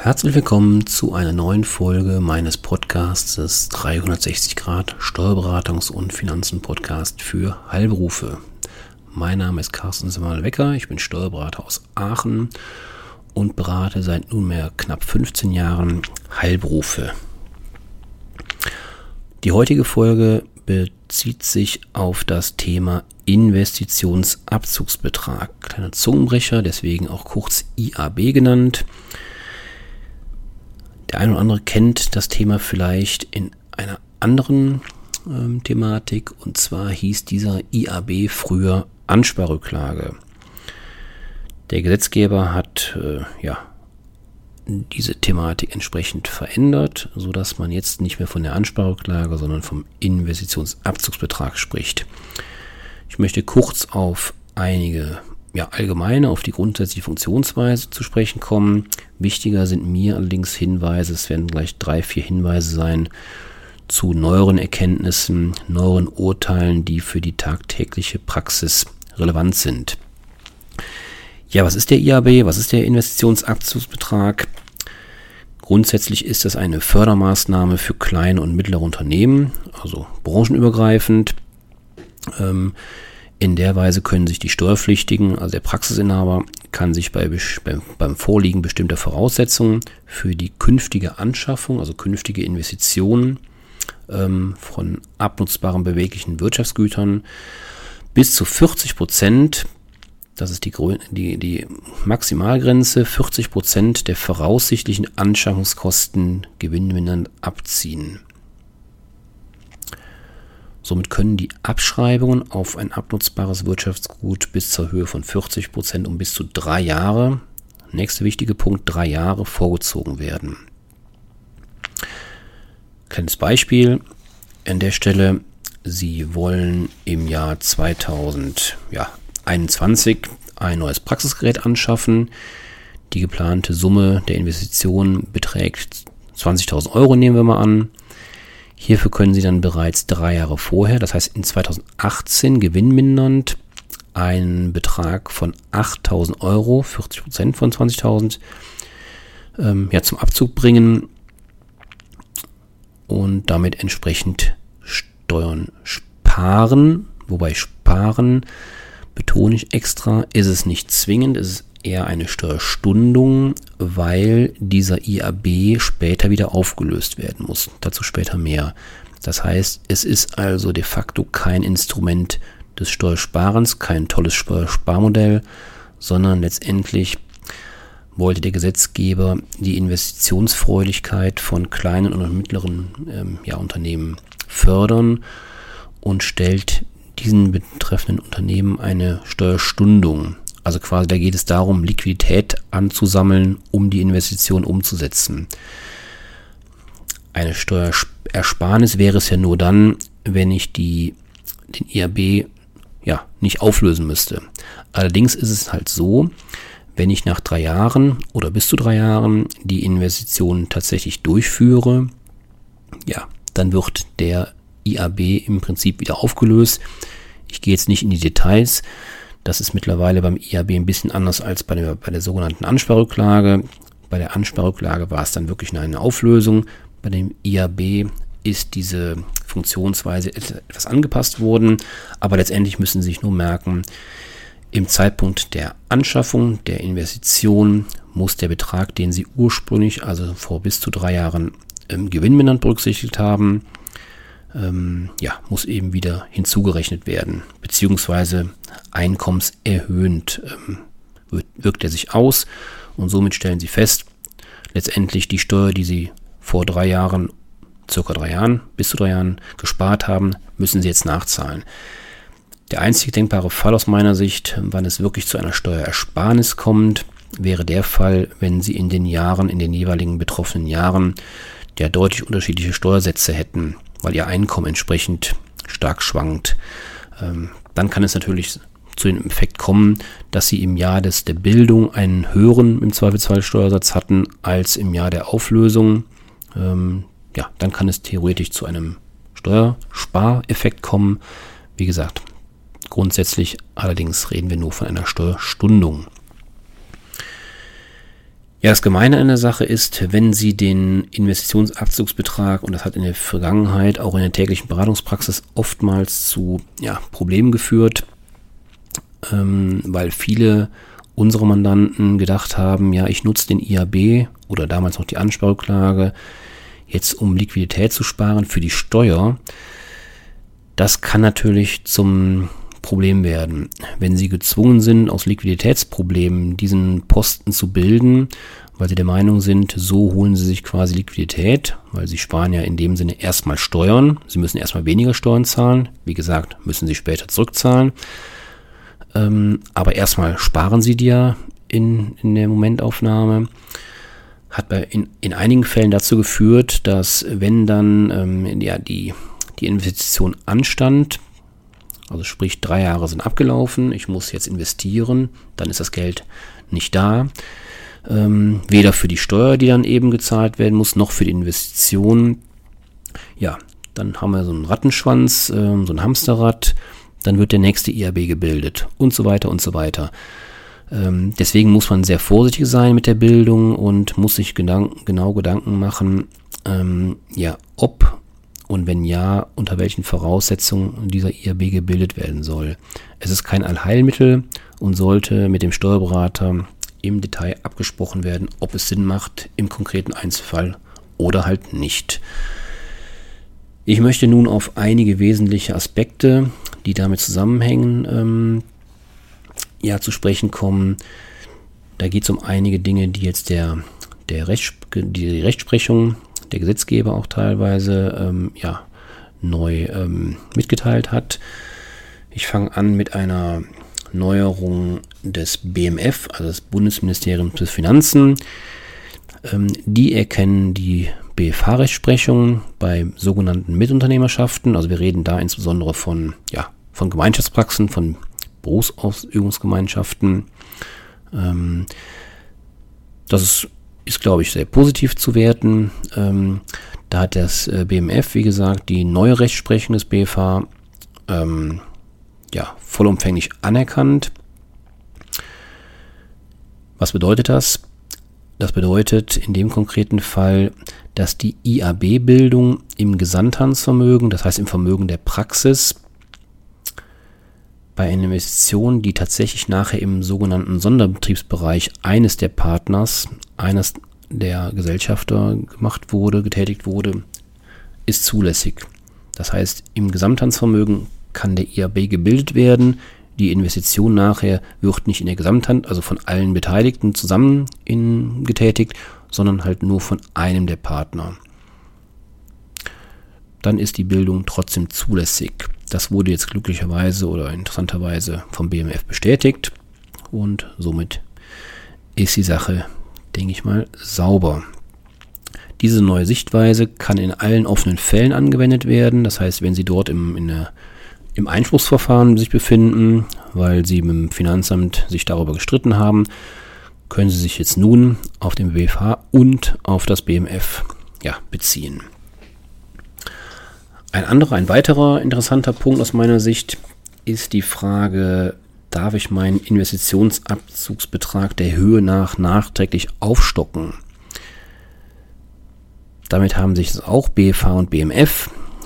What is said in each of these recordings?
Herzlich willkommen zu einer neuen Folge meines Podcasts des 360 Grad Steuerberatungs- und Finanzen-Podcast für Heilberufe. Mein Name ist Carsten Semmerl-Wecker, ich bin Steuerberater aus Aachen und berate seit nunmehr knapp 15 Jahren Heilberufe. Die heutige Folge bezieht sich auf das Thema Investitionsabzugsbetrag. Kleiner Zungenbrecher, deswegen auch kurz IAB genannt. Der eine oder andere kennt das Thema vielleicht in einer anderen Thematik, und zwar hieß dieser IAB früher Ansparrücklage. Der Gesetzgeber hat diese Thematik entsprechend verändert, sodass man jetzt nicht mehr von der Ansparrücklage, sondern vom Investitionsabzugsbetrag spricht. Ich möchte kurz auf einige allgemeine auf die grundsätzliche Funktionsweise zu sprechen kommen. Wichtiger sind mir allerdings Hinweise, es werden gleich 3-4 Hinweise sein, zu neueren Erkenntnissen, neueren Urteilen, die für die tagtägliche Praxis relevant sind. Ja, was ist der IAB? Was ist der Investitionsabzugsbetrag? Grundsätzlich ist das eine Fördermaßnahme für kleine und mittlere Unternehmen, also branchenübergreifend. In der Weise können sich die Steuerpflichtigen, also der Praxisinhaber, kann sich beim Vorliegen bestimmter Voraussetzungen für die künftige Anschaffung, also künftige Investitionen von abnutzbaren beweglichen Wirtschaftsgütern bis zu 40%, das ist die Maximalgrenze, 40% der voraussichtlichen Anschaffungskosten gewinnmindernd abziehen. Somit können die Abschreibungen auf ein abnutzbares Wirtschaftsgut bis zur Höhe von 40% um bis zu 3 Jahre, nächster wichtige Punkt, 3 Jahre vorgezogen werden. Kleines Beispiel an der Stelle: Sie wollen im Jahr 2021 ein neues Praxisgerät anschaffen. Die geplante Summe der Investition beträgt 20.000 Euro, nehmen wir mal an. Hierfür können Sie dann bereits 3 Jahre vorher, das heißt in 2018 gewinnmindernd, einen Betrag von 8.000 Euro, 40% von 20.000, zum Abzug bringen und damit entsprechend Steuern sparen. Wobei sparen, betone ich extra, ist es nicht zwingend, es ist eher eine Steuerstundung, weil dieser IAB später wieder aufgelöst werden muss. Dazu später mehr. Das heißt, es ist also de facto kein Instrument des Steuersparens, kein tolles Steuersparmodell, sondern letztendlich wollte der Gesetzgeber die Investitionsfreudigkeit von kleinen und mittleren Unternehmen fördern und stellt diesen betreffenden Unternehmen eine Steuerstundung. Also quasi, da geht es darum, Liquidität anzusammeln, um die Investition umzusetzen. Eine Steuerersparnis wäre es ja nur dann, wenn ich den IAB nicht auflösen müsste. Allerdings ist es halt so, wenn ich nach 3 Jahren oder bis zu 3 Jahren die Investition tatsächlich durchführe, dann wird der IAB im Prinzip wieder aufgelöst. Ich gehe jetzt nicht in die Details. Das ist mittlerweile beim IAB ein bisschen anders als bei der sogenannten Ansparrücklage. Bei der Ansparrücklage war es dann wirklich eine Auflösung. Bei dem IAB ist diese Funktionsweise etwas angepasst worden. Aber letztendlich müssen Sie sich nur merken, im Zeitpunkt der Anschaffung, der Investition, muss der Betrag, den Sie ursprünglich, also vor bis zu 3 Jahren, gewinnmindernd berücksichtigt haben, muss eben wieder hinzugerechnet werden, beziehungsweise einkommenserhöhend wirkt er sich aus, und somit stellen Sie fest, letztendlich die Steuer, die Sie vor 3 Jahren, circa 3 Jahren, bis zu 3 Jahren gespart haben, müssen Sie jetzt nachzahlen. Der einzige denkbare Fall aus meiner Sicht, wann es wirklich zu einer Steuerersparnis kommt, wäre der Fall, wenn Sie in den jeweiligen betroffenen Jahren deutlich unterschiedliche Steuersätze hätten, weil Ihr Einkommen entsprechend stark schwankt. Dann kann es natürlich zu dem Effekt kommen, dass Sie im Jahr der Bildung einen höheren, im Zweifelsfall, Steuersatz hatten als im Jahr der Auflösung. Dann kann es theoretisch zu einem Steuerspareffekt kommen. Wie gesagt, grundsätzlich allerdings reden wir nur von einer Steuerstundung. Ja, das Gemeine an der Sache ist, wenn Sie den Investitionsabzugsbetrag, und das hat in der Vergangenheit auch in der täglichen Beratungspraxis oftmals zu Problemen geführt, weil viele unserer Mandanten gedacht haben, ja, ich nutze den IAB oder damals noch die Ansparrücklage jetzt, um Liquidität zu sparen für die Steuer. Das kann natürlich zum Problem werden. Wenn Sie gezwungen sind, aus Liquiditätsproblemen diesen Posten zu bilden, weil Sie der Meinung sind, so holen Sie sich quasi Liquidität, weil Sie sparen ja in dem Sinne erstmal Steuern. Sie müssen erstmal weniger Steuern zahlen. Wie gesagt, müssen Sie später zurückzahlen. Aber erstmal sparen Sie die ja in der Momentaufnahme. Hat in einigen Fällen dazu geführt, dass wenn dann die Investition anstand, also sprich 3 Jahre sind abgelaufen, ich muss jetzt investieren, dann ist das Geld nicht da. Weder für die Steuer, die dann eben gezahlt werden muss, noch für die Investition. Ja, dann haben wir so einen Rattenschwanz, so ein Hamsterrad, dann wird der nächste IAB gebildet und so weiter und so weiter. Deswegen muss man sehr vorsichtig sein mit der Bildung und muss sich genau Gedanken machen, ob und wenn ja, unter welchen Voraussetzungen dieser IAB gebildet werden soll. Es ist kein Allheilmittel und sollte mit dem Steuerberater im Detail abgesprochen werden, ob es Sinn macht im konkreten Einzelfall oder halt nicht. Ich möchte nun auf einige wesentliche Aspekte, die damit zusammenhängen, zu sprechen kommen. Da geht es um einige Dinge, die jetzt die Rechtsprechung, der Gesetzgeber auch teilweise neu mitgeteilt hat. Ich fange an mit einer Neuerung des BMF, also des Bundesministeriums für Finanzen. Die erkennen die BFH-Rechtsprechung bei sogenannten Mitunternehmerschaften. Also wir reden da insbesondere von Gemeinschaftspraxen, von Berufsausübungsgemeinschaften. Das ist, glaube ich, sehr positiv zu werten. Da hat das BMF, wie gesagt, die neue Rechtsprechung des BFH vollumfänglich anerkannt. Was bedeutet das? Das bedeutet in dem konkreten Fall, dass die IAB-Bildung im Gesamthandsvermögen, das heißt im Vermögen der Praxis, bei einer Investition, die tatsächlich nachher im sogenannten Sonderbetriebsbereich eines der Partners, eines der Gesellschafter getätigt wurde, ist zulässig. Das heißt, im Gesamthandsvermögen kann der IAB gebildet werden. Die Investition nachher wird nicht in der Gesamthand, also von allen Beteiligten zusammen getätigt, sondern halt nur von einem der Partner. Dann ist die Bildung trotzdem zulässig. Das wurde jetzt glücklicherweise oder interessanterweise vom BMF bestätigt und somit ist die Sache, denke ich mal, sauber. Diese neue Sichtweise kann in allen offenen Fällen angewendet werden. Das heißt, wenn Sie dort im Einspruchsverfahren sich befinden, weil Sie mit dem Finanzamt sich darüber gestritten haben, können Sie sich jetzt nun auf den BFH und auf das BMF beziehen. Ein weiterer interessanter Punkt aus meiner Sicht ist die Frage, darf ich meinen Investitionsabzugsbetrag der Höhe nach nachträglich aufstocken? Damit haben sich auch BFH und BMF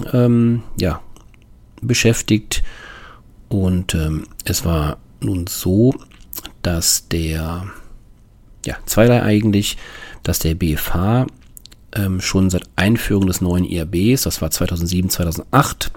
beschäftigt und es war nun so, dass zweierlei eigentlich, dass der BFH schon seit Einführung des neuen IABs, das war 2007, 2008,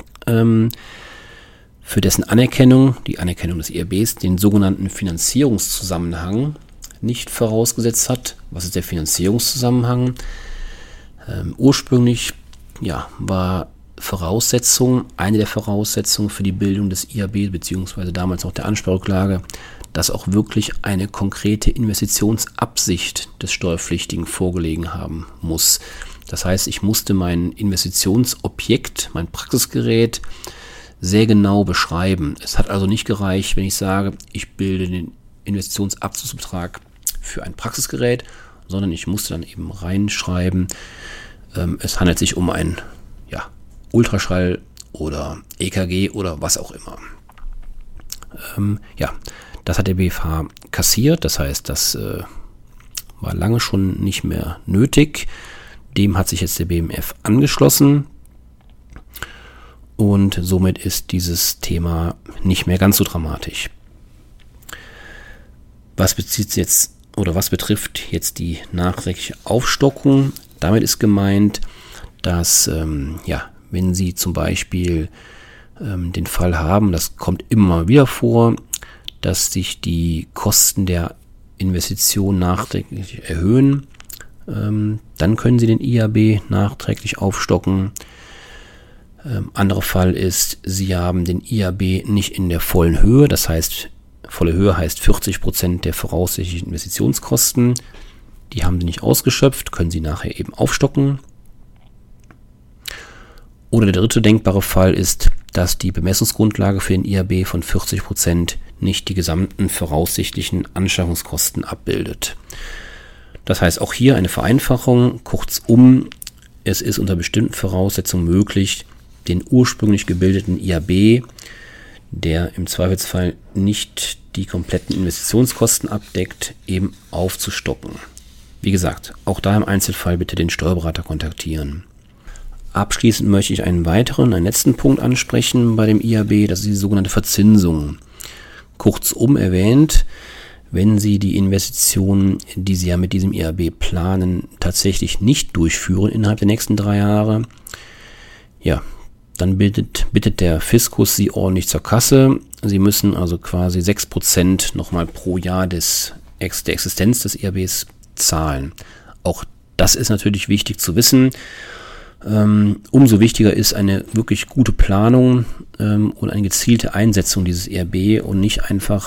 für dessen Anerkennung, die Anerkennung des IABs, den sogenannten Finanzierungszusammenhang nicht vorausgesetzt hat. Was ist der Finanzierungszusammenhang? Ursprünglich war eine der Voraussetzungen für die Bildung des IAB, beziehungsweise damals noch der Ansparrücklage, dass auch wirklich eine konkrete Investitionsabsicht des Steuerpflichtigen vorgelegen haben muss. Das heißt, ich musste mein Investitionsobjekt, mein Praxisgerät, sehr genau beschreiben. Es hat also nicht gereicht, wenn ich sage, ich bilde den Investitionsabzugsbetrag für ein Praxisgerät, sondern ich musste dann eben reinschreiben, es handelt sich um ein Ultraschall oder EKG oder was auch immer. Das hat der BFH kassiert, das heißt, das war lange schon nicht mehr nötig. Dem hat sich jetzt der BMF angeschlossen und somit ist dieses Thema nicht mehr ganz so dramatisch. Was betrifft jetzt die nachträgliche Aufstockung? Damit ist gemeint, dass wenn Sie zum Beispiel den Fall haben, das kommt immer mal wieder vor, dass sich die Kosten der Investition nachträglich erhöhen, dann können Sie den IAB nachträglich aufstocken. Anderer Fall ist, Sie haben den IAB nicht in der vollen Höhe, das heißt, volle Höhe heißt 40% der voraussichtlichen Investitionskosten. Die haben Sie nicht ausgeschöpft, können Sie nachher eben aufstocken. Oder der dritte denkbare Fall ist, dass die Bemessungsgrundlage für den IAB von 40% nicht die gesamten voraussichtlichen Anschaffungskosten abbildet. Das heißt auch hier eine Vereinfachung. Kurzum, es ist unter bestimmten Voraussetzungen möglich, den ursprünglich gebildeten IAB, der im Zweifelsfall nicht die kompletten Investitionskosten abdeckt, eben aufzustocken. Wie gesagt, auch da im Einzelfall bitte den Steuerberater kontaktieren. Abschließend möchte ich einen letzten Punkt ansprechen bei dem IAB, das ist die sogenannte Verzinsung. Kurzum erwähnt, wenn Sie die Investitionen, die Sie ja mit diesem IAB planen, tatsächlich nicht durchführen innerhalb der nächsten 3 Jahre, dann bittet der Fiskus Sie ordentlich zur Kasse. Sie müssen also quasi 6% nochmal pro Jahr der Existenz des IABs zahlen. Auch das ist natürlich wichtig zu wissen. Umso wichtiger ist eine wirklich gute Planung und eine gezielte Einsetzung dieses IAB und nicht einfach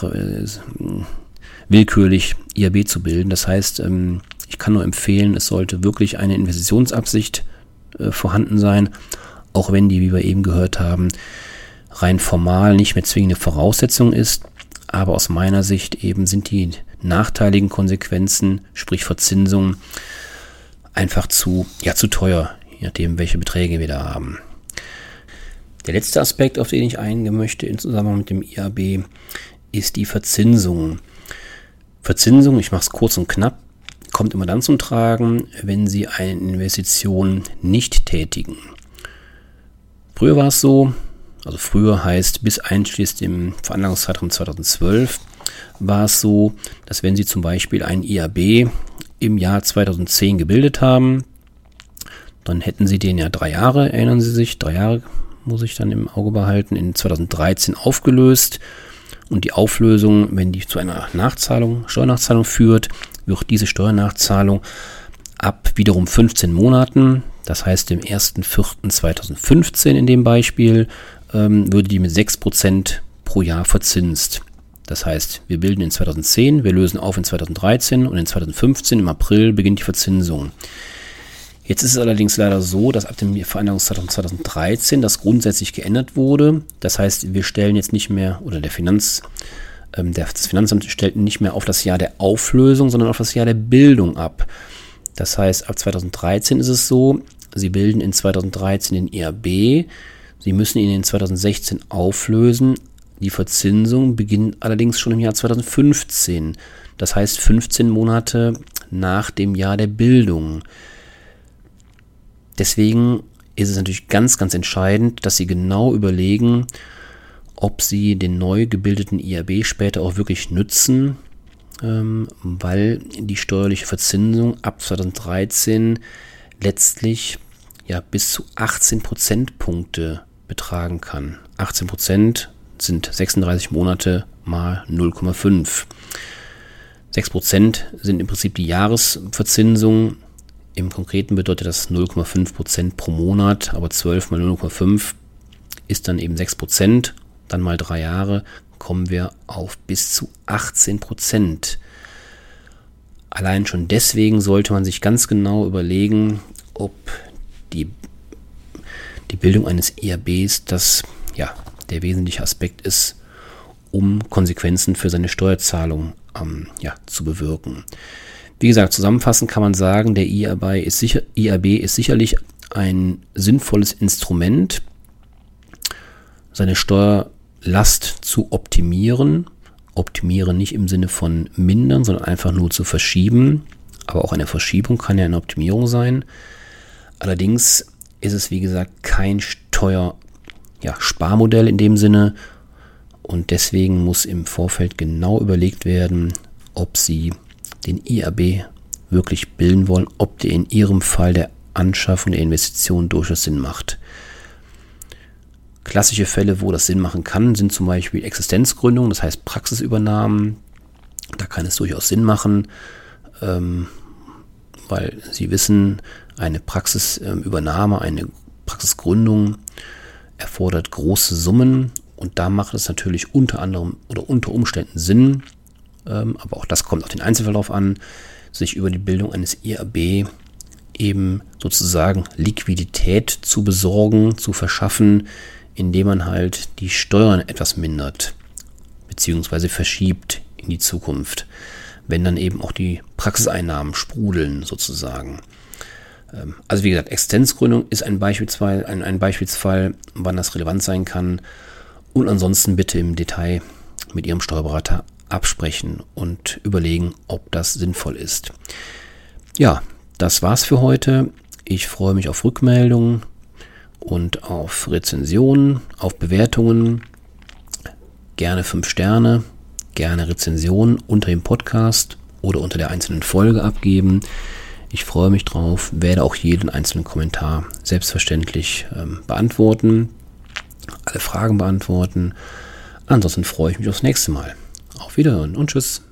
willkürlich IAB zu bilden. Das heißt, ich kann nur empfehlen, es sollte wirklich eine Investitionsabsicht vorhanden sein, auch wenn die, wie wir eben gehört haben, rein formal nicht mehr zwingende Voraussetzung ist. Aber aus meiner Sicht eben sind die nachteiligen Konsequenzen, sprich Verzinsung, einfach zu teuer, je nachdem, welche Beträge wir da haben. Der letzte Aspekt, auf den ich eingehen möchte im Zusammenhang mit dem IAB, ist die Verzinsung. Verzinsung, ich mache es kurz und knapp, kommt immer dann zum Tragen, wenn Sie eine Investition nicht tätigen. Früher war es so, also früher heißt bis einschließlich dem Veranlagungszeitraum 2012, war es so, dass wenn Sie zum Beispiel einen IAB im Jahr 2010 gebildet haben, dann hätten Sie den ja 3 Jahre, erinnern Sie sich, 3 Jahre muss ich dann im Auge behalten, in 2013 aufgelöst. Und die Auflösung, wenn die zu einer Steuernachzahlung führt, wird diese Steuernachzahlung ab wiederum 15 Monaten, das heißt im 1.4.2015 in dem Beispiel, würde die mit 6% pro Jahr verzinst. Das heißt, wir bilden in 2010, wir lösen auf in 2013 und in 2015 im April beginnt die Verzinsung. Jetzt ist es allerdings leider so, dass ab dem Veranlagungszeitraum 2013 das grundsätzlich geändert wurde. Das heißt, wir stellen jetzt nicht mehr, oder das Finanzamt stellt nicht mehr auf das Jahr der Auflösung, sondern auf das Jahr der Bildung ab. Das heißt, ab 2013 ist es so, Sie bilden in 2013 den IAB, Sie müssen ihn in 2016 auflösen. Die Verzinsung beginnt allerdings schon im Jahr 2015. Das heißt 15 Monate nach dem Jahr der Bildung. Deswegen ist es natürlich ganz, ganz entscheidend, dass Sie genau überlegen, ob Sie den neu gebildeten IAB später auch wirklich nützen, weil die steuerliche Verzinsung ab 2013 letztlich bis zu 18 Prozentpunkte betragen kann. 18% sind 36 Monate mal 0,5. 6% sind im Prinzip die Jahresverzinsung. Im Konkreten bedeutet das 0,5% pro Monat, aber 12 mal 0,5 ist dann eben 6%. Dann mal 3 Jahre kommen wir auf bis zu 18%. Allein schon deswegen sollte man sich ganz genau überlegen, ob die Bildung eines IABs der wesentliche Aspekt ist, um Konsequenzen für seine Steuerzahlung zu bewirken. Wie gesagt, zusammenfassend kann man sagen, der IAB ist sicherlich ein sinnvolles Instrument, seine Steuerlast zu optimieren. Optimieren nicht im Sinne von mindern, sondern einfach nur zu verschieben. aber auch eine Verschiebung kann ja eine Optimierung sein. Allerdings ist es, wie gesagt, kein Sparmodell in dem Sinne und deswegen muss im Vorfeld genau überlegt werden, ob Sie den IAB wirklich bilden wollen, ob der in Ihrem Fall der Anschaffung der Investition durchaus Sinn macht. Klassische Fälle, wo das Sinn machen kann, sind zum Beispiel Existenzgründung, das heißt Praxisübernahmen. Da kann es durchaus Sinn machen, weil Sie wissen, eine Praxisübernahme, eine Praxisgründung erfordert große Summen und da macht es natürlich unter anderem oder unter Umständen Sinn, aber auch das kommt auf den Einzelfall drauf an, sich über die Bildung eines IAB eben sozusagen Liquidität zu besorgen, zu verschaffen, indem man halt die Steuern etwas mindert bzw. verschiebt in die Zukunft, wenn dann eben auch die Praxiseinnahmen sprudeln sozusagen. Also wie gesagt, Existenzgründung ist ein Beispielsfall, wann das relevant sein kann und ansonsten bitte im Detail mit Ihrem Steuerberater absprechen und überlegen, ob das sinnvoll ist. Ja, das war's für heute. Ich freue mich auf Rückmeldungen und auf Rezensionen, auf Bewertungen. Gerne 5 Sterne, gerne Rezensionen unter dem Podcast oder unter der einzelnen Folge abgeben. Ich freue mich drauf, werde auch jeden einzelnen Kommentar selbstverständlich beantworten, alle Fragen beantworten. Ansonsten freue ich mich aufs nächste Mal. Auf Wiederhören und tschüss.